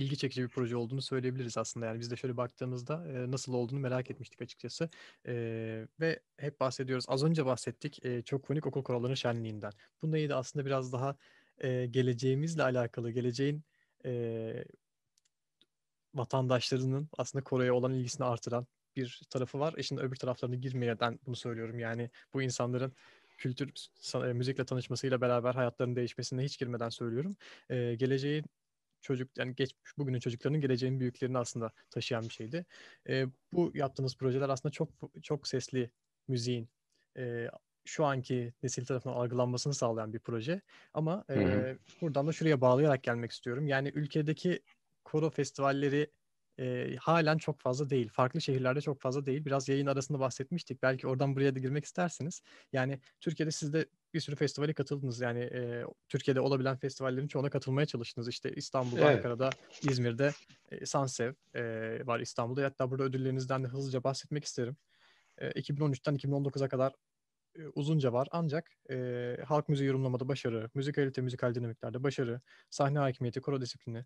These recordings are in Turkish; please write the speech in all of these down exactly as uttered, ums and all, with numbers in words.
ilgi çekici bir proje olduğunu söyleyebiliriz aslında. Yani biz de şöyle baktığımızda e, nasıl olduğunu merak etmiştik açıkçası. E, ve hep bahsediyoruz. Az önce bahsettik e, çok fonik okul korolarının şenliğinden. Bu neydi aslında biraz daha e, geleceğimizle alakalı, geleceğin e, vatandaşlarının aslında Kore'ye olan ilgisini artıran bir tarafı var. İşin öbür taraflarına girmeden bunu söylüyorum. Yani bu insanların kültür, san- müzikle tanışmasıyla beraber hayatlarının değişmesine hiç girmeden söylüyorum. Ee, geleceğin çocuk yani geç bugünün çocuklarının geleceğin büyüklerini aslında taşıyan bir şeydi. Ee, bu yaptığınız projeler aslında çok çok sesli müziğin e, şu anki nesil tarafından algılanmasını sağlayan bir proje. Ama Hı hı. e, buradan da şuraya bağlayarak gelmek istiyorum. Yani ülkedeki koro festivalleri e, halen çok fazla değil. Farklı şehirlerde çok fazla değil. Biraz yayın arasında bahsetmiştik. Belki oradan buraya da girmek istersiniz. Yani Türkiye'de siz de bir sürü festivale katıldınız. Yani e, Türkiye'de olabilen festivallerin çoğuna katılmaya çalıştınız. İşte İstanbul'da, Evet. Ankara'da, İzmir'de e, Sansev e, var İstanbul'da. Hatta burada ödüllerinizden de hızlıca bahsetmek isterim. E, iki bin on üçten iki bin on dokuza kadar e, uzunca var. Ancak e, halk müziği yorumlamada başarı, müzikalite, müzikal dinamiklerde başarı, sahne hakimiyeti, koro disiplini,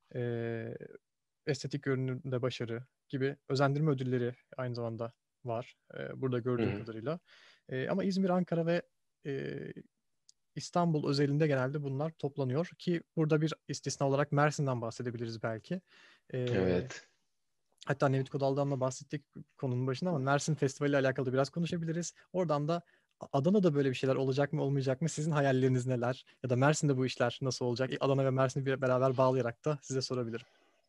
e, estetik görünümde başarı gibi özendirme ödülleri aynı zamanda var. E, burada Hı gördüğüm hı. kadarıyla. E, ama İzmir, Ankara ve e, İstanbul özelinde genelde bunlar toplanıyor ki burada bir istisna olarak Mersin'den bahsedebiliriz belki. E, Evet. Hatta Nevit Kodal'dan da bahsettik konunun başında ama Mersin Festivali ile alakalı da biraz konuşabiliriz. Oradan da Adana'da böyle bir şeyler olacak mı olmayacak mı? Sizin hayalleriniz neler? Ya da Mersin'de bu işler nasıl olacak? Adana ve Mersin'i bir beraber bağlayarak da size sorabilirim.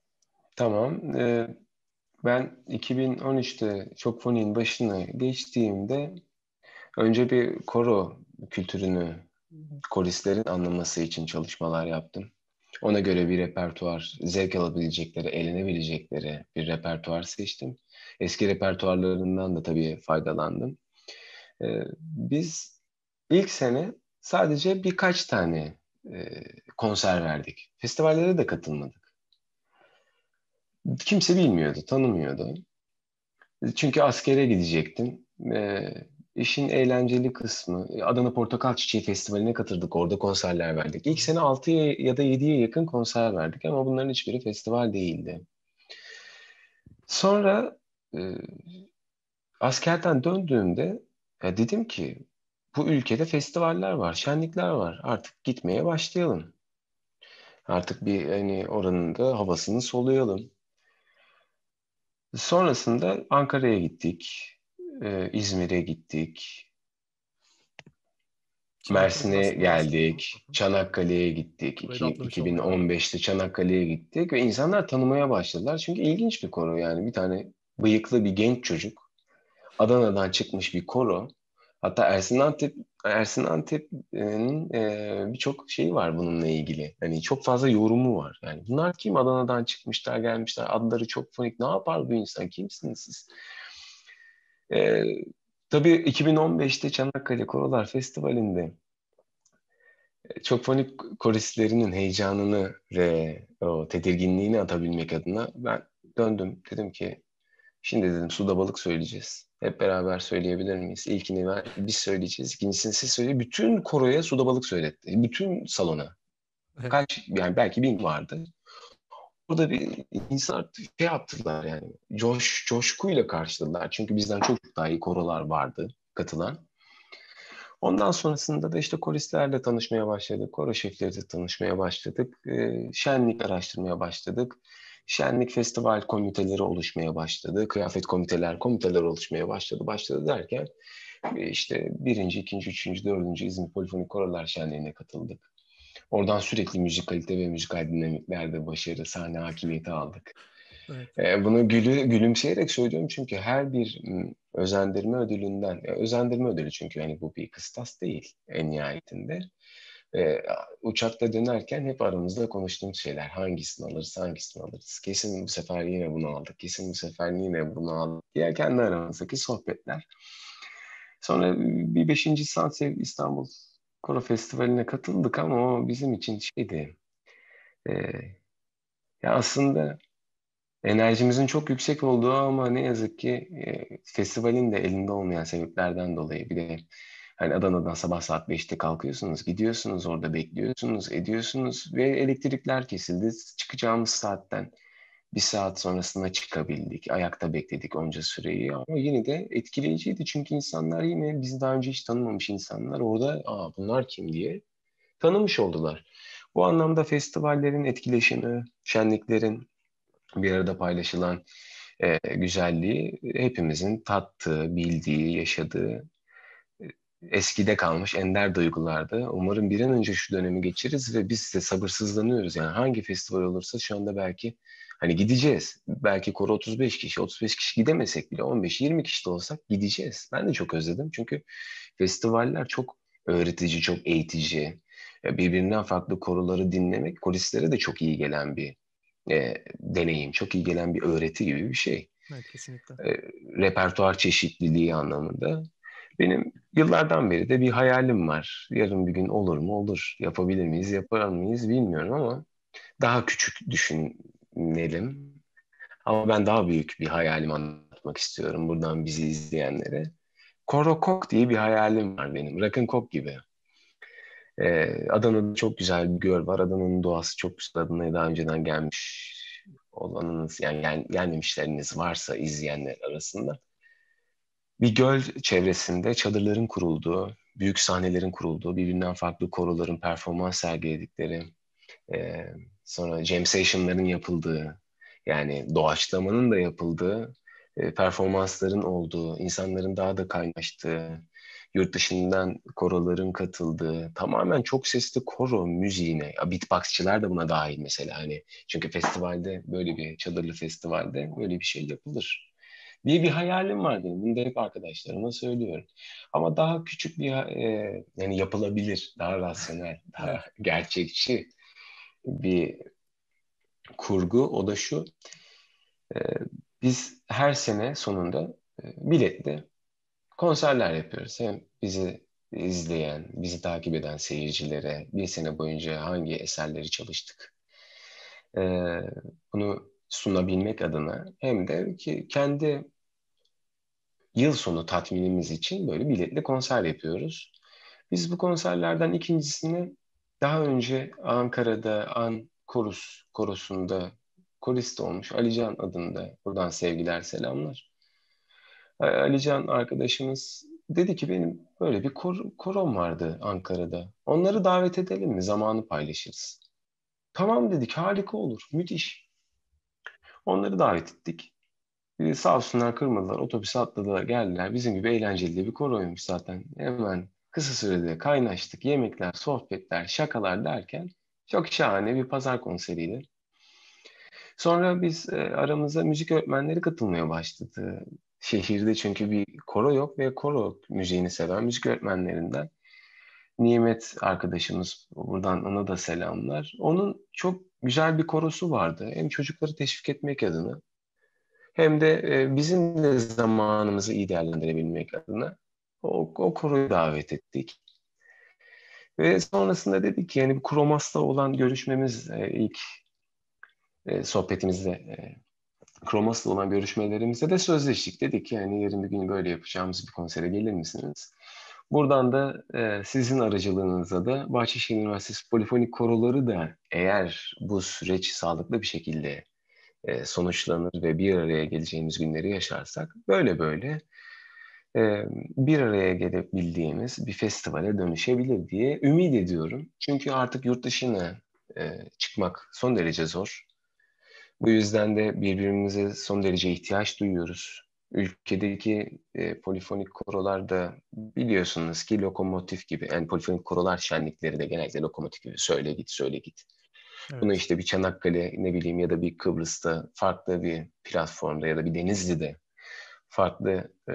Tamam. Ee, ben iki bin on üçte Çok Foni'nin başına geçtiğimde önce bir koro kültürünü koristlerin anlaması için çalışmalar yaptım. Ona göre bir repertuar, zevk alabilecekleri, eğlenebilecekleri bir repertuar seçtim. Eski repertuarlarından da tabii faydalandım. Ee, biz ilk sene sadece birkaç tane e, konser verdik. Festivallere de katılmadık. Kimse bilmiyordu, tanımıyordu. Çünkü askere gidecektim. Ee, işin eğlenceli kısmı, Adana Portakal Çiçeği Festivali'ne katıldık. Orada konserler verdik. Hı İlk hı. sene altıya ya da yediye yakın konser verdik ama bunların hiçbiri festival değildi. Sonra e, askerden döndüğümde ya dedim ki bu ülkede festivaller var, şenlikler var. Artık gitmeye başlayalım. Artık bir hani oranın da havasını soluyalım. Sonrasında Ankara'ya gittik, e, İzmir'e gittik, Çanakkale'den Mersin'e aslında bahsedelim. geldik, Hı hı. Çanakkale'ye gittik, Burayı da iki- atlamış olduk galiba. iki bin on beşte Çanakkale'ye gittik ve insanlar tanımaya başladılar. Çünkü ilginç bir koro yani bir tane bıyıklı bir genç çocuk, Adana'dan çıkmış bir koro. Hatta Ersin Antep, Ersin Antep'in e, birçok şeyi var bununla ilgili. Hani çok fazla yorumu var. Yani bunlar kim? Adana'dan çıkmışlar, gelmişler. Adları çok fonik. Ne yapar bu insan? Kimsiniz siz? E, tabii iki bin on beşte Çanakkale Korolar Festivali'nde çok fonik koristlerinin heyecanını ve o tedirginliğini atabilmek adına ben döndüm. Dedim ki şimdi dedim suda balık söyleyeceğiz. Hep beraber söyleyebilir miyiz? İlkini ben, biz söyleyeceğiz. İkincisini siz söyleyin. Bütün koroya suda balık söyletti. Bütün salona. Evet. Kaç yani belki bin vardı. Burada bir insanlar şey yaptılar yani. Coş, coşkuyla karşıladılar. Çünkü bizden çok daha iyi korolar vardı katılan. Ondan sonrasında da işte koristlerle tanışmaya başladık. Koro şefleriyle tanışmaya başladık. Ee, şenlik araştırmaya başladık. Şenlik festival komiteleri oluşmaya başladı. Kıyafet komiteler, komiteler oluşmaya başladı. Başladı derken e, işte birinci, ikinci, üçüncü, dördüncü İzmir Polifonik Korolar Şenliği'ne katıldık. Oradan sürekli müzikalite ve müzikal dinamiklerde başarı, sahne hakimiyeti aldık. Evet. E, bunu gülü, gülümseyerek söylüyorum çünkü her bir m, özendirme ödülünden, e, özendirme ödülü çünkü hani bu bir kıstas değil en nihayetinde. E, uçakta dönerken hep aramızda konuştuğumuz şeyler. Hangisini alırız, hangisini alırız. Kesin bu sefer yine bunu aldık, kesin bu sefer yine bunu aldık diye kendi aramızdaki sohbetler. Sonra bir beşinci Sansev İstanbul Koro Festivali'ne katıldık ama o bizim için şeydi. E, ya aslında enerjimizin çok yüksek olduğu ama ne yazık ki e, festivalin de elinde olmayan sebeplerden dolayı bir de Hani Adana'dan sabah saat beşte kalkıyorsunuz, gidiyorsunuz, orada bekliyorsunuz, ediyorsunuz ve elektrikler kesildi. Çıkacağımız saatten bir saat sonrasında çıkabildik. Ayakta bekledik onca süreyi ama yine de etkileyiciydi. Çünkü insanlar yine bizi daha önce hiç tanımamış insanlar orada aa bunlar kim diye tanımış oldular. Bu anlamda festivallerin etkileşimi, şenliklerin bir arada paylaşılan e, güzelliği hepimizin tattığı, bildiği, yaşadığı e, eskide kalmış ender duygulardı. Umarım bir an önce şu dönemi geçiririz ve biz de sabırsızlanıyoruz. Yani hangi festival olursa şu anda belki hani gideceğiz. Belki koro otuz beş kişi, otuz beş kişi gidemesek bile on beş yirmi kişi de olsak gideceğiz. Ben de çok özledim çünkü festivaller çok öğretici, çok eğitici. E, Birbirinden farklı koroları dinlemek koristlere de çok iyi gelen bir e, deneyim, çok iyi gelen bir öğreti gibi bir şey. Evet, kesinlikle. E, Repertuar çeşitliliği anlamında. Benim yıllardan beri de bir hayalim var. Yarın bir gün olur mu? Olur. Yapabilir miyiz, yapar mıyız bilmiyorum ama daha küçük düşünelim. Ama ben daha büyük bir hayalimi anlatmak istiyorum buradan bizi izleyenlere. Korokok diye bir hayalim var benim. Rock'n'Coke gibi. Ee, Adana'da çok güzel bir göl var. Adana'nın doğası çok güzel. Adana'ya daha önceden gelmiş olanınız yani gel, gelmemişleriniz varsa izleyenler arasında. Bir göl çevresinde çadırların kurulduğu, büyük sahnelerin kurulduğu, birbirinden farklı koroların performans sergiledikleri, e, sonra jam session'ların yapıldığı, yani doğaçlamanın da yapıldığı, e, performansların olduğu, insanların daha da kaynaştığı, yurt dışından koroların katıldığı, tamamen çok sesli koro müziğine, ya beatboxçılar da buna dahil mesela hani çünkü festivalde böyle bir çadırlı festivalde böyle bir şey yapılır diye bir hayalim var benim. Bunu da hep arkadaşlarıma söylüyorum. Ama daha küçük bir e, yani yapılabilir, daha rasyonel, Evet. daha gerçekçi bir kurgu. O da şu. e, Biz her sene sonunda e, biletli konserler yapıyoruz. Hem bizi izleyen, bizi takip eden seyircilere bir sene boyunca hangi eserleri çalıştık, e, bunu sunabilmek adına hem de ki kendi yıl sonu tatminimiz için böyle biletli konser yapıyoruz. Biz bu konserlerden ikincisini daha önce Ankara'da An Korus Korosu'nda korist olmuş Alican adında buradan sevgiler selamlar. Alican arkadaşımız dedi ki benim böyle bir kor korom vardı Ankara'da. Onları davet edelim mi? Zamanı paylaşırız. Tamam dedik harika olur müthiş. Onları davet ettik. Ee, sağ olsunlar kırmadılar. Otobüse atladılar geldiler. Bizim gibi eğlenceli de bir koroymuş zaten. Hemen kısa sürede kaynaştık. Yemekler, sohbetler, şakalar derken çok şahane bir pazar konseriydi. Sonra biz e, aramıza müzik öğretmenleri katılmaya başladı. Şehirde çünkü bir koro yok ve koro müziğini seven müzik öğretmenlerinden Nimet arkadaşımız buradan ona da selamlar. Onun çok güzel bir korosu vardı. Hem çocukları teşvik etmek adına hem de e, bizim de zamanımızı iyi değerlendirebilmek adına o, o koroyu davet ettik. Ve sonrasında dedik ki yani bu Kromas'la olan görüşmemiz e, ilk e, sohbetimizde e, Kromas'la olan görüşmelerimizde de sözleştik. Dedik ki yani yarın bir gün böyle yapacağımız bir konsere gelir misiniz? Buradan da e, sizin aracılığınızla da Bahçeşehir Üniversitesi Polifonik Koroları da eğer bu süreç sağlıklı bir şekilde e, sonuçlanır ve bir araya geleceğimiz günleri yaşarsak böyle böyle e, bir araya gelebildiğimiz bir festivale dönüşebilir diye ümit ediyorum. Çünkü artık yurt dışına e, çıkmak son derece zor. Bu yüzden de birbirimize son derece ihtiyaç duyuyoruz. Ülkedeki e, polifonik korolar da biliyorsunuz ki lokomotif gibi, yani polifonik korolar şenlikleri de genellikle lokomotif gibi söyle git söyle git. Bunu Evet. işte bir Çanakkale ne bileyim ya da bir Kıbrıs'ta farklı bir platformda ya da bir Denizli'de farklı e,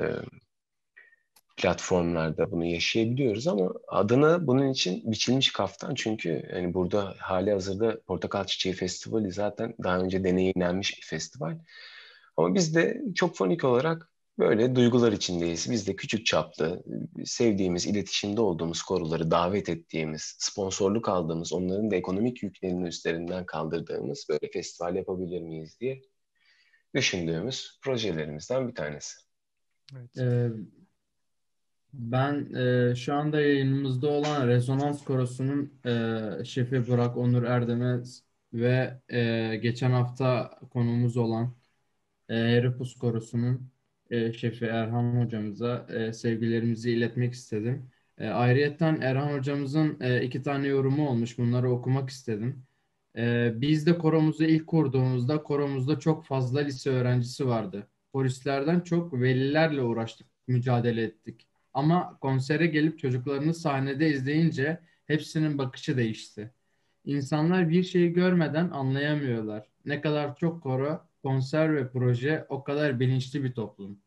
platformlarda bunu yaşayabiliyoruz ama adına bunun için biçilmiş kaftan çünkü yani burada hali hazırda Portakal Çiçeği Festivali zaten daha önce deneyimlenmiş bir festival. Ama biz de çok fonik olarak böyle duygular içindeyiz. Biz de küçük çaplı sevdiğimiz, iletişimde olduğumuz koruları davet ettiğimiz, sponsorluk aldığımız, onların da ekonomik yüklerini üstlerinden kaldırdığımız böyle festival yapabilir miyiz diye düşündüğümüz projelerimizden bir tanesi. Evet. Ee, Ben e, şu anda yayınımızda olan Rezonans Korosu'nun e, şefi Burak Onur Erdemez ve e, geçen hafta konuğumuz olan e, Heripus Korosu'nun e, şefi Erhan hocamıza e, sevgilerimizi iletmek istedim. E, ayrıyetten Erhan hocamızın e, iki tane yorumu olmuş. Bunları okumak istedim. E, biz de koromuzu ilk kurduğumuzda koromuzda çok fazla lise öğrencisi vardı. Polislerden çok velilerle uğraştık, mücadele ettik. Ama konsere gelip çocuklarını sahnede izleyince hepsinin bakışı değişti. İnsanlar bir şeyi görmeden anlayamıyorlar. Ne kadar çok koro, konser ve proje o kadar bilinçli bir toplum.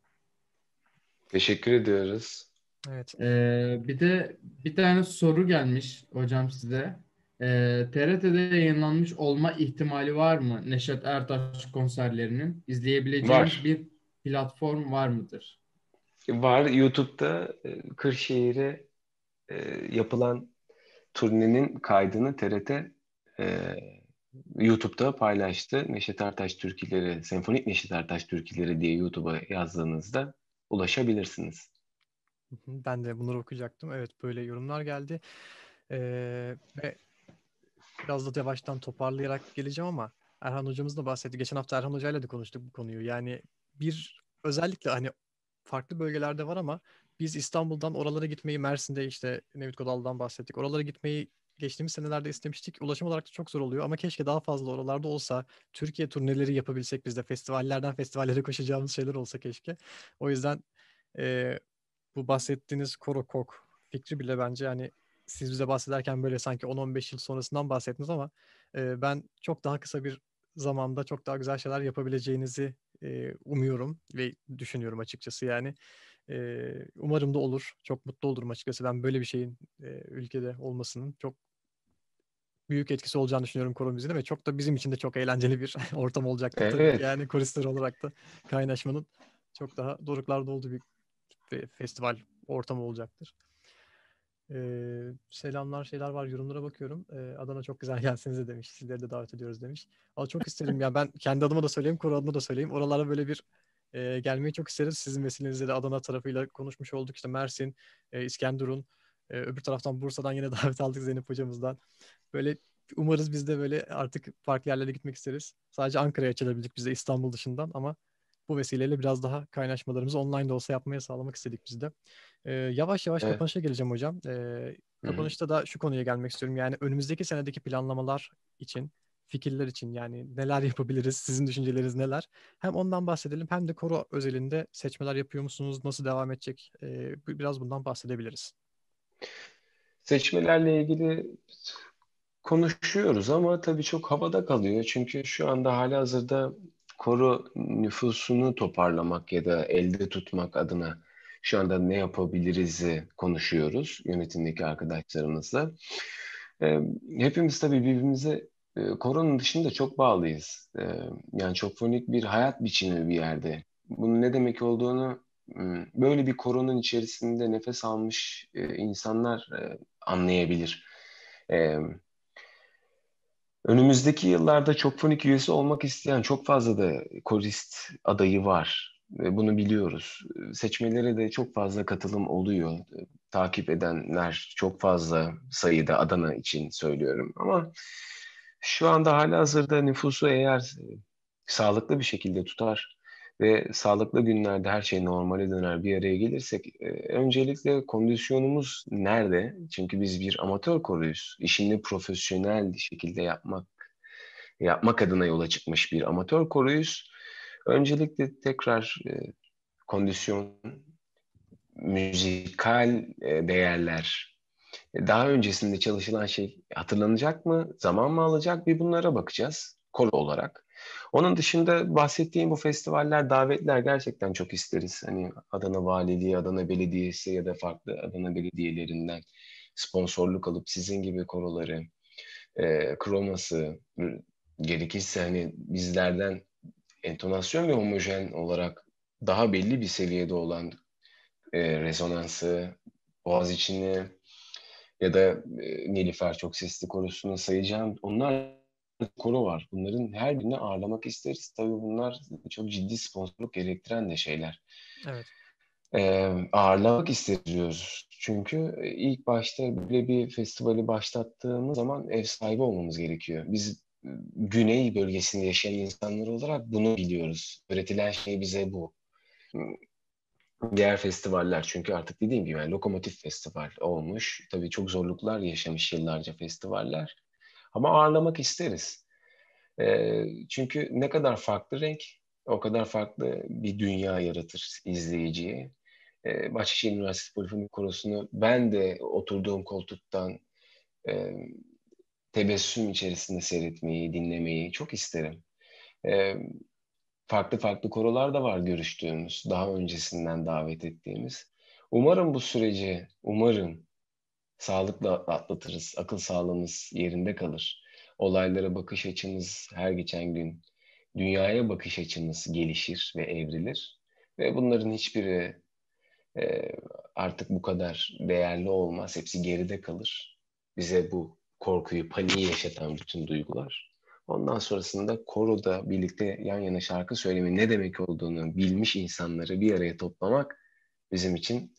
Teşekkür ediyoruz. Evet. Ee, bir de bir tane soru gelmiş hocam size. Ee, T R T'de yayınlanmış olma ihtimali var mı Neşet Ertaş konserlerinin? İzleyebileceğimiz Var. bir platform var mıdır? Var. YouTube'da e, Kırşehir'e e, yapılan turnenin kaydını T R T e, YouTube'da paylaştı. Neşet Ertaş türküleri, Senfonik Neşet Ertaş türküleri diye YouTube'a yazdığınızda ulaşabilirsiniz. Hı hı, ben de bunları okuyacaktım. Evet, böyle yorumlar geldi. Ee, ve biraz da yavaştan toparlayarak geleceğim ama Erhan hocamız da bahsetti. Geçen hafta Erhan hocayla da konuştuk bu konuyu. Yani bir özellikle hani farklı bölgelerde var ama biz İstanbul'dan oralara gitmeyi, Mersin'de işte Nevit Kodal'dan bahsettik. Oralara gitmeyi geçtiğimiz senelerde istemiştik. Ulaşım olarak da çok zor oluyor ama keşke daha fazla oralarda olsa. Türkiye turneleri yapabilsek, biz de festivallerden festivallere koşacağımız şeyler olsa keşke. O yüzden e, bu bahsettiğiniz Korokok fikri bile bence hani siz bize bahsederken böyle sanki on on beş yıl sonrasından bahsettiniz ama e, ben çok daha kısa bir zamanda çok daha güzel şeyler yapabileceğinizi e, umuyorum ve düşünüyorum açıkçası yani. E, umarım da olur. Çok mutlu olurum açıkçası. Ben böyle bir şeyin e, ülkede olmasının çok büyük etkisi olacağını düşünüyorum koro müziğinde ve çok da bizim için de çok eğlenceli bir ortam olacaktır tabii ki. Evet. Yani koristler olarak da kaynaşmanın çok daha doruklarda olduğu bir fe- festival ortamı olacaktır. Ee, selamlar şeyler var, yorumlara bakıyorum. Ee, Adana çok güzel gelsenize demiş. Sizleri de davet ediyoruz demiş. Ama çok isterim ya, ben kendi adıma da söyleyeyim, koro adıma da söyleyeyim. Oralara böyle bir e, gelmeyi çok isteriz. Sizin vesilenizle de Adana tarafıyla konuşmuş olduk. İşte Mersin, e, İskenderun, e, öbür taraftan Bursa'dan yine davet aldık Zeynep hocamızdan. Böyle umarız biz de böyle artık farklı yerlere gitmek isteriz. Sadece Ankara'ya açılabildik biz de İstanbul dışından ama bu vesileyle biraz daha kaynaşmalarımızı online de olsa yapmaya sağlamak istedik biz de. Ee, yavaş yavaş Evet. kapanışa geleceğim hocam. Ee, Hı hı. kapanışta da şu konuya gelmek istiyorum. Yani önümüzdeki senedeki planlamalar için, fikirler için yani neler yapabiliriz, sizin düşünceleriniz neler? Hem ondan bahsedelim hem de koro özelinde seçmeler yapıyor musunuz, nasıl devam edecek? Ee, biraz bundan bahsedebiliriz. Seçmelerle ilgili konuşuyoruz ama tabii çok havada kalıyor. Çünkü şu anda halihazırda koro nüfusunu toparlamak ya da elde tutmak adına şu anda ne yapabiliriz'i konuşuyoruz yönetimdeki arkadaşlarımızla. Ee, hepimiz tabii birbirimize e, koronun dışında çok bağlıyız. Ee, yani çok fonik bir hayat biçimi bir yerde. Bunun ne demek olduğunu m, böyle bir koronun içerisinde nefes almış e, insanlar e, anlayabilir. Ee, Önümüzdeki yıllarda çok fonik üyesi olmak isteyen çok fazla da korist adayı var. Ve bunu biliyoruz. Seçmelere de çok fazla katılım oluyor. Takip edenler çok fazla sayıda, Adana için söylüyorum. Ama şu anda halihazırda nüfusu eğer e, sağlıklı bir şekilde tutar ve sağlıklı günlerde her şey normale döner bir araya gelirsek e, öncelikle kondisyonumuz nerede? Çünkü biz bir amatör koruyuz. İşini profesyonel şekilde yapmak yapmak adına yola çıkmış bir amatör koruyuz. Öncelikle tekrar e, kondisyon, müzikal e, değerler, e, daha öncesinde çalışılan şey hatırlanacak mı, zaman mı alacak, bir bunlara bakacağız koro olarak. Onun dışında bahsettiğim bu festivaller, davetler gerçekten çok isteriz. Hani Adana Valiliği, Adana Belediyesi ya da farklı Adana belediyelerinden sponsorluk alıp sizin gibi koroları, e, kroması, gerekirse hani bizlerden entonasyon ve homojen olarak daha belli bir seviyede olan e, rezonansı, Boğaziçi'ni ya da e, Nilüfer Çok Sesli Korosu'nu sayacağım. Onlar koro var. Bunların her birini ağırlamak isteriz. Tabii bunlar çok ciddi sponsorluk gerektiren de şeyler. Evet. Ee, ağırlamak istiyoruz. Çünkü ilk başta böyle bir festivali başlattığımız zaman ev sahibi olmamız gerekiyor. Biz e, Güney bölgesinde yaşayan insanlar olarak bunu biliyoruz. Öğretilen şey bize bu. Diğer festivaller çünkü artık dediğim gibi yani lokomotif festival olmuş. Tabii çok zorluklar yaşamış yıllarca festivaller. Ama ağırlamak isteriz. Ee, çünkü ne kadar farklı renk, o kadar farklı bir dünya yaratır izleyiciye. Ee, Bahçeşehir Üniversitesi Polifonik Korosu'nu ben de oturduğum koltuktan e, tebessüm içerisinde seyretmeyi, dinlemeyi çok isterim. Ee, Farklı farklı korolar da var görüştüğümüz, daha öncesinden davet ettiğimiz. Umarım bu süreci, umarım sağlıkla atlatırız, akıl sağlığımız yerinde kalır. Olaylara bakış açımız her geçen gün, dünyaya bakış açımız gelişir ve evrilir. Ve bunların hiçbiri e, artık bu kadar değerli olmaz. Hepsi geride kalır. Bize bu korkuyu, paniği yaşatan bütün duygular. Ondan sonrasında koroda birlikte yan yana şarkı söylemenin ne demek olduğunu bilmiş insanları bir araya toplamak bizim için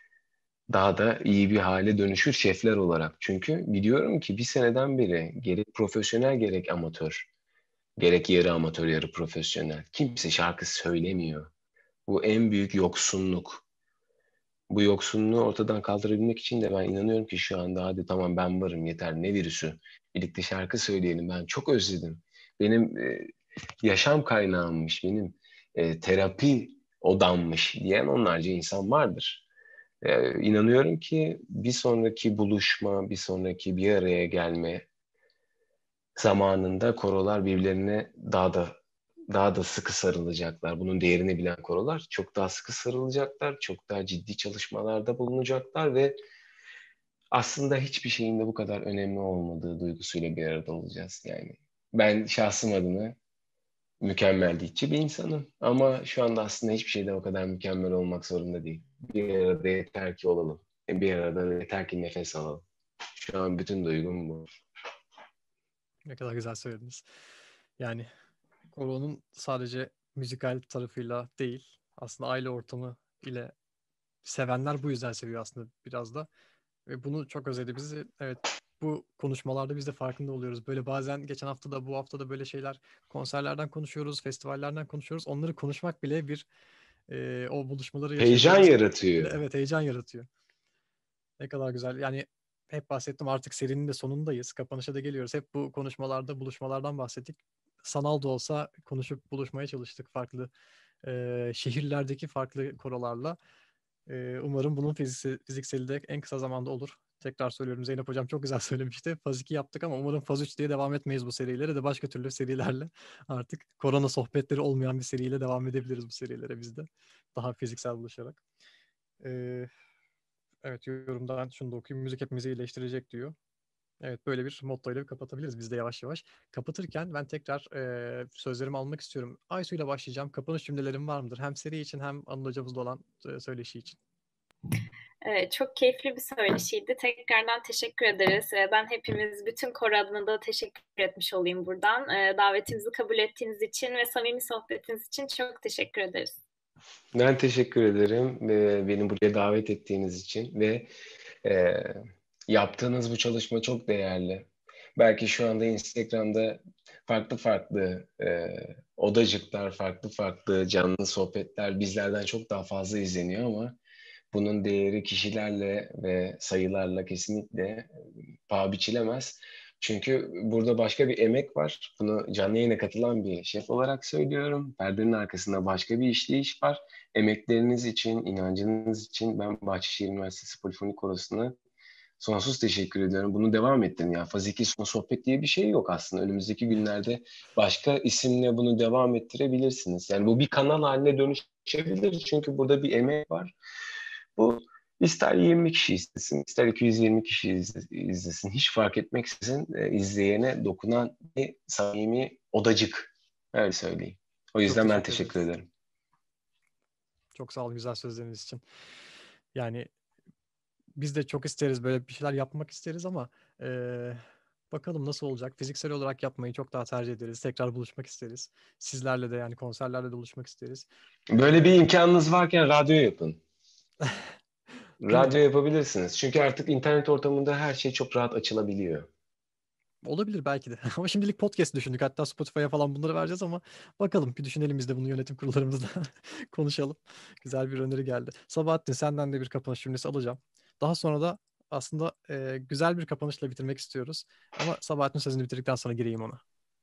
daha da iyi bir hale dönüşür şefler olarak. Çünkü biliyorum ki bir seneden beri gerek profesyonel gerek amatör, gerek yarı amatör yarı profesyonel kimse şarkı söylemiyor. Bu en büyük yoksunluk. Bu yoksunluğu ortadan kaldırabilmek için de ben inanıyorum ki şu anda hadi tamam ben varım yeter ne virüsü. Birlikte şarkı söyleyelim ben çok özledim. Benim e, yaşam kaynağımmış, benim e, terapi odammış diyen onlarca insan vardır. E, inanıyorum ki bir sonraki buluşma, bir sonraki bir araya gelme zamanında korolar birbirlerine daha da daha da sıkı sarılacaklar. Bunun değerini bilen korolar çok daha sıkı sarılacaklar, çok daha ciddi çalışmalarda bulunacaklar ve aslında hiçbir şeyin de bu kadar önemli olmadığı duygusuyla bir arada olacağız. Yani ben şahsım adına mükemmel bir insanım ama şu anda aslında hiçbir şeyde o kadar mükemmel olmak zorunda değil. Bir arada yeter ki olalım. Bir arada yeter ki nefes alalım. Şu an bütün duygum bu. Ne kadar güzel söylediniz. Yani koronun sadece müzikal tarafıyla değil, aslında aile ortamı ile sevenler bu yüzden seviyor aslında biraz da. Ve bunu çok özledi bizi. Evet, bu konuşmalarda biz de farkında oluyoruz. Böyle bazen geçen hafta da bu hafta da böyle şeyler, konserlerden konuşuyoruz, festivallerden konuşuyoruz. Onları konuşmak bile bir e, o buluşmaları Heyecan yaşadığımız bile, yaratıyor. evet, heyecan yaratıyor. Ne kadar güzel. Yani hep bahsettim, artık serinin de sonundayız. Kapanışa da geliyoruz. Hep bu konuşmalarda, buluşmalardan bahsettik. Sanal da olsa konuşup buluşmaya çalıştık farklı e, şehirlerdeki farklı korolarla. E, umarım bunun fiziksel, fizikseli de en kısa zamanda olur. Tekrar söylüyorum, Zeynep Hocam çok güzel söylemişti. Faz iki yaptık ama umarım Faz üç diye devam etmeyiz bu serilere de başka türlü serilerle artık korona sohbetleri olmayan bir seriyle devam edebiliriz bu serilere biz de. Daha fiziksel buluşarak. E, evet, yorumdan şunu da okuyayım. Müzik hepimizi iyileştirecek diyor. Evet, böyle bir mottoyla bir kapatabiliriz biz de yavaş yavaş. Kapatırken ben tekrar e, sözlerimi almak istiyorum. Aysu ile başlayacağım. Kapanış cümlelerim var mıdır? Hem seri için hem Anıl hocamızla olan e, söyleşi için. Evet, çok keyifli bir söyleşiydi. Tekrardan teşekkür ederiz. Ben hepimiz, bütün koro adına da teşekkür etmiş olayım buradan. Davetimizi kabul ettiğiniz için ve samimi sohbetiniz için çok teşekkür ederiz. Ben teşekkür ederim beni buraya davet ettiğiniz için ve e, yaptığınız bu çalışma çok değerli. Belki şu anda Instagram'da farklı farklı e, odacıklar, farklı farklı canlı sohbetler bizlerden çok daha fazla izleniyor ama bunun değeri kişilerle ve sayılarla kesinlikle paha biçilemez. Çünkü burada başka bir emek var. Bunu canlı yayına katılan bir şef olarak söylüyorum. Perdenin arkasında başka bir işleyiş var. Emekleriniz için, inancınız için ben Bahçeşehir Üniversitesi Polifonik Korosu'na sonsuz teşekkür ediyorum. Bunu devam ettin ya. Faz iki son sohbet diye bir şey yok aslında. Önümüzdeki günlerde başka isimle bunu devam ettirebilirsiniz. Yani bu bir kanal haline dönüşebilir. Çünkü burada bir emek var. Bu ister yirmi kişi izlesin, ister iki yüz yirmi kişi izlesin. Hiç fark etmeksizin e, izleyene dokunan bir samimi odacık. Öyle söyleyeyim. O Çok yüzden ben teşekkür teşekkür ederiz. ederim. Çok sağ olun güzel sözleriniz için. Yani biz de çok isteriz, böyle bir şeyler yapmak isteriz ama e, bakalım nasıl olacak. Fiziksel olarak yapmayı çok daha tercih ederiz. Tekrar buluşmak isteriz. Sizlerle de, yani konserlerle de buluşmak isteriz. Böyle E, bir imkanınız varken radyo yapın. Radyo yapabilirsiniz. Çünkü artık internet ortamında her şey çok rahat açılabiliyor. Olabilir belki de. Ama şimdilik podcast düşündük. Hatta Spotify'a falan bunları vereceğiz ama bakalım bir düşünelim biz de bunu yönetim kurullarımızda konuşalım. Güzel bir öneri geldi. Sabahattin senden de bir kapanış cümlesi alacağım. Daha sonra da aslında e, güzel bir kapanışla bitirmek istiyoruz. Ama Sabahattin sözünü bitirdikten sonra gireyim ona.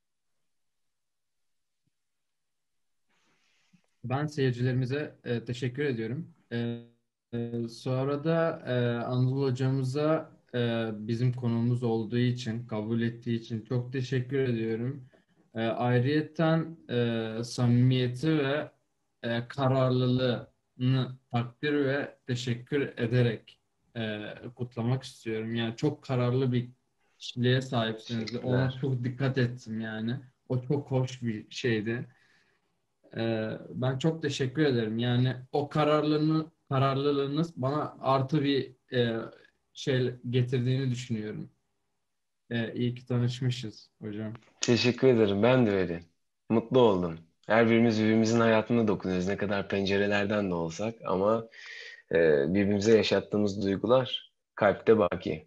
Ben seyircilerimize e, teşekkür ediyorum. E, e, sonra da e, Anadolu hocamıza e, bizim konuğumuz olduğu için, kabul ettiği için çok teşekkür ediyorum. E, ayrıyeten e, samimiyeti ve e, kararlılığını takdir ve teşekkür ederek e, kutlamak istiyorum. Yani çok kararlı bir kişiliğe sahipsiniz. Ona Teşekkürler. çok dikkat ettim yani. O çok hoş bir şeydi. Ee, ben çok teşekkür ederim. Yani o kararlılığını, kararlılığınız bana artı bir e, şey getirdiğini düşünüyorum. Ee, iyi ki tanışmışız hocam. Teşekkür ederim. Ben de öyle. Mutlu oldum. Her birimiz birbirimizin hayatına dokunuyoruz. Ne kadar pencerelerden de olsak ama e, birbirimize yaşattığımız duygular kalpte baki.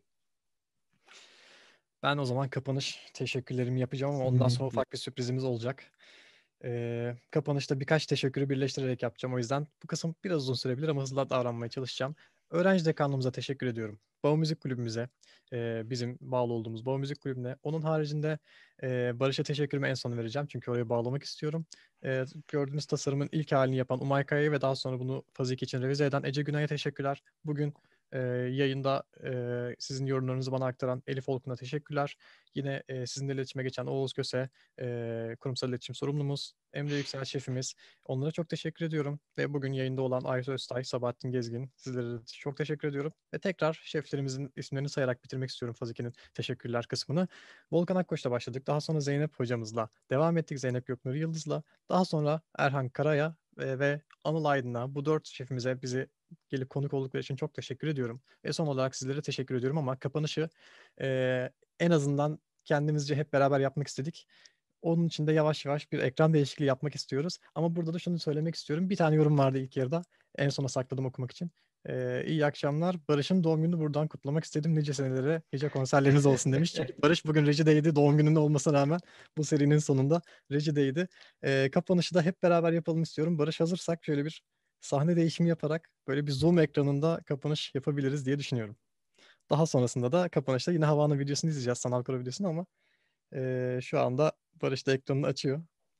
Ben o zaman kapanış teşekkürlerimi yapacağım ama ondan sonra ufak bir sürprizimiz olacak. Ee, kapanışta birkaç teşekkürü birleştirerek yapacağım. O yüzden bu kısım biraz uzun sürebilir ama hızlı davranmaya çalışacağım. Öğrenci dekanlığımıza teşekkür ediyorum. Bağ Müzik Kulübümüze, e, bizim bağlı olduğumuz Bağ Müzik Kulübü'ne. Onun haricinde e, Barış'a teşekkürümü en son vereceğim. Çünkü oraya bağlamak istiyorum. E, gördüğünüz tasarımın ilk halini yapan Umay Kaya'ya ve daha sonra bunu Fazik için revize eden Ece Günay'a teşekkürler. Bugün e, yayında e, sizin yorumlarınızı bana aktaran Elif Olkun'a teşekkürler. Yine e, sizinle iletişime geçen Oğuz Köse, e, kurumsal iletişim sorumlumuz, Emre Yüksel şefimiz. Onlara çok teşekkür ediyorum. Ve bugün yayında olan Aysu Öztay, Sabahattin Gezgin. Sizlere de çok teşekkür ediyorum. Ve tekrar şeflerimizin isimlerini sayarak bitirmek istiyorum Faziki'nin teşekkürler kısmını. Volkan Akkoç'la başladık. Daha sonra Zeynep hocamızla devam ettik. Zeynep Göknur Yıldız'la. Daha sonra Erhan Kara'ya ve, ve Anıl Aydın'a, bu dört şefimize bizi gelip konuk oldukları için çok teşekkür ediyorum. Ve son olarak sizlere teşekkür ediyorum ama kapanışı e, en azından kendimizce hep beraber yapmak istedik. Onun için de yavaş yavaş bir ekran değişikliği yapmak istiyoruz. Ama burada da şunu söylemek istiyorum. Bir tane yorum vardı ilk yarıda. En sona sakladım okumak için. Ee, iyi akşamlar. Barış'ın doğum gününü buradan kutlamak istedim. Nice senelere, nice konserleriniz olsun demiş. Çünkü Barış bugün rejideydi. Doğum gününde olmasına rağmen bu serinin sonunda rejideydi. Ee, kapanışı da hep beraber yapalım istiyorum. Barış hazırsak şöyle bir sahne değişimi yaparak böyle bir Zoom ekranında kapanış yapabiliriz diye düşünüyorum. Daha sonrasında da kapanışta yine Hava'nın videosunu izleyeceğiz. Sanal Koro videosunu ama ee, şu anda Barış da ekranını açıyor.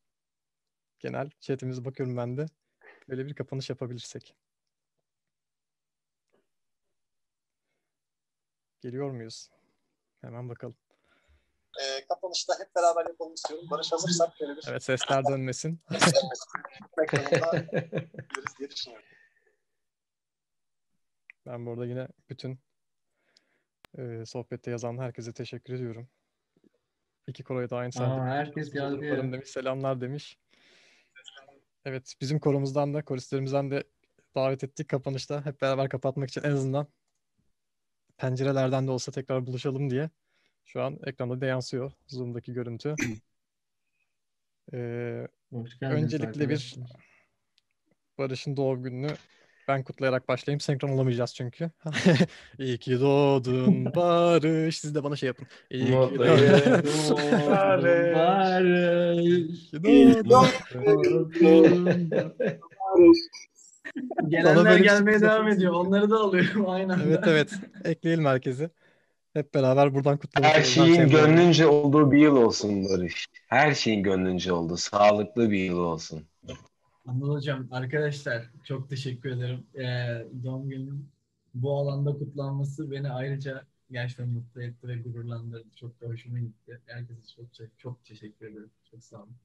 Genel chatimize bakıyorum ben de. Böyle bir kapanış yapabilirsek. Geliyor muyuz? Hemen bakalım. Ee, kapanışta hep beraber yapalım istiyorum. Barış hazırsak böyle bir Evet, sesler dönmesin. ekranında biliriz diye düşünüyorum. Ben burada yine bütün e, sohbette yazan herkese teşekkür ediyorum. İki Koro'ya da aynı Aa, sahne. herkes geldi ya. Demiş, selamlar demiş. Evet, bizim koromuzdan da, koristlerimizden de davet ettik kapanışta. Hep beraber kapatmak için en azından pencerelerden de olsa tekrar buluşalım diye. Şu an ekranda da yansıyor Zoom'daki görüntü. Ee, Hoş geldiniz öncelikle bir arkadaşlar. Barış'ın doğum gününü ben kutlayarak başlayayım. Senkron olamayacağız çünkü. İyi ki doğdun Barış. Siz de bana şey yapın. İyi ki Mutlu doğdun Barış. Barış. İyi ki doğdun. Sana Gelenler böyle bir gelmeye sürpriz devam yapayım. ediyor. Onları da alıyorum aynı anda. Evet evet. Ekleyelim herkesi. Hep beraber buradan kutlamış Her olalım. şeyin şeyin doğum günü. gönlünce olduğu bir yıl olsun Barış. Her şeyin gönlünce olduğu, sağlıklı bir yıl olsun. Anıl Hocam, arkadaşlar çok teşekkür ederim. Ee, doğum günüm bu alanda kutlanması beni ayrıca gerçekten mutlu etti ve gururlandırdı. Çok da hoşuma gitti. Herkese çok çok, çok teşekkür ederim. Çok sağ olun.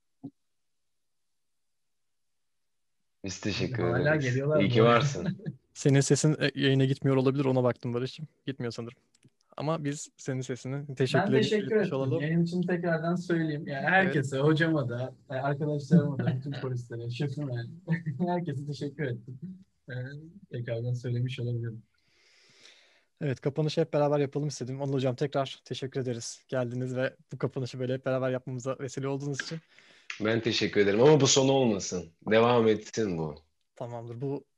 Biz teşekkür Hala ederiz. geliyorlar İyi bu ki arada. varsın. Senin sesin e, yayına gitmiyor olabilir. Ona baktım Barış'ım. Gitmiyor sanırım. Ama biz senin sesini Ben teşekkürlerimizi teşekkür iletmiş ettim. olalım. Yayın için tekrardan söyleyeyim. Yani herkese, hocama da, arkadaşlarıma da, bütün polislere, şefime, herkese teşekkür ettim. Ee, tekrardan söylemiş olabilirim. Evet, kapanışı hep beraber yapalım istedim. Anıl Hocam tekrar teşekkür ederiz. Geldiniz ve bu kapanışı böyle hep beraber yapmamıza vesile olduğunuz için. Ben teşekkür ederim ama bu son olmasın. Devam etsin bu. Tamamdır. Bu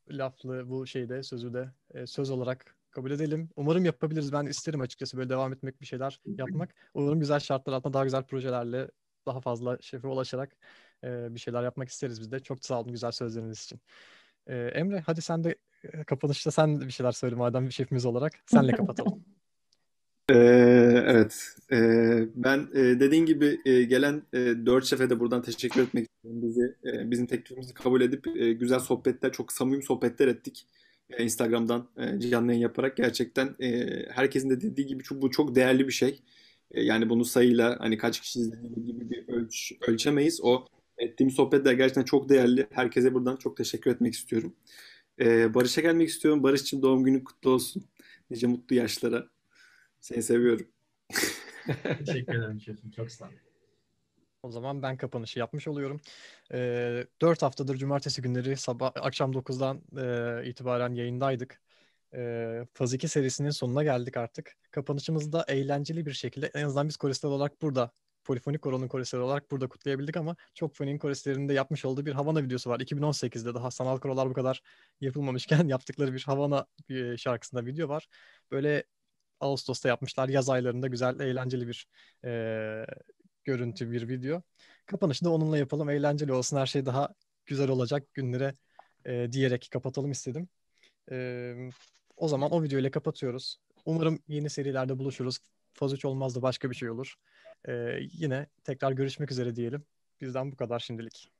laflı bu şeyde sözü de e, söz olarak kabul edelim. Umarım yapabiliriz. Ben isterim açıkçası böyle devam etmek, bir şeyler yapmak. Umarım güzel şartlar altında daha güzel projelerle daha fazla şefe ulaşarak e, bir şeyler yapmak isteriz biz de. Çok sağ olun güzel sözleriniz için. E, Emre hadi sen de e, kapanışta sen de bir şeyler söyle madem bir şefimiz olarak. Senle kapatalım. Ee, evet. Ee, ben e, dediğin gibi e, gelen e, dört şefe de buradan teşekkür etmek istiyorum. Bizi, e, bizim teklifimizi kabul edip e, güzel sohbetler, çok samimi sohbetler ettik. E, Instagram'dan e, canlı yayın yaparak gerçekten e, herkesin de dediği gibi çok, bu çok değerli bir şey. E, yani bunu sayıyla hani kaç kişi izlediği gibi bir ölç, ölçemeyiz. O ettiğimiz sohbetler gerçekten çok değerli. Herkese buradan çok teşekkür etmek istiyorum. E, Barış'a gelmek istiyorum. Barış'cığım doğum günün kutlu olsun. Nice mutlu yaşlara. Seni seviyorum. Teşekkür ederim şefim. Çok sağ olun. O zaman ben kapanışı yapmış oluyorum. E, dört haftadır cumartesi günleri sabah akşam dokuzdan e, itibaren yayındaydık. E, Faz iki serisinin sonuna geldik artık. Kapanışımızda eğlenceli bir şekilde en azından biz koristler olarak burada Polifonik Koro'nun koristleri olarak burada kutlayabildik ama çok Fonik'in koristlerinde yapmış olduğu bir Havana videosu var. iki bin on sekizde daha sanal korolar bu kadar yapılmamışken yaptıkları bir Havana e, şarkısında video var. Böyle Ağustos'ta yapmışlar. Yaz aylarında güzel, eğlenceli bir e, görüntü, bir video. Kapanışı da onunla yapalım. Eğlenceli olsun. Her şey daha güzel olacak günlere e, diyerek kapatalım istedim. E, O zaman o videoyla kapatıyoruz. Umarım yeni serilerde buluşuruz. Faz üç olmaz da başka bir şey olur. E, yine tekrar görüşmek üzere diyelim. Bizden bu kadar şimdilik.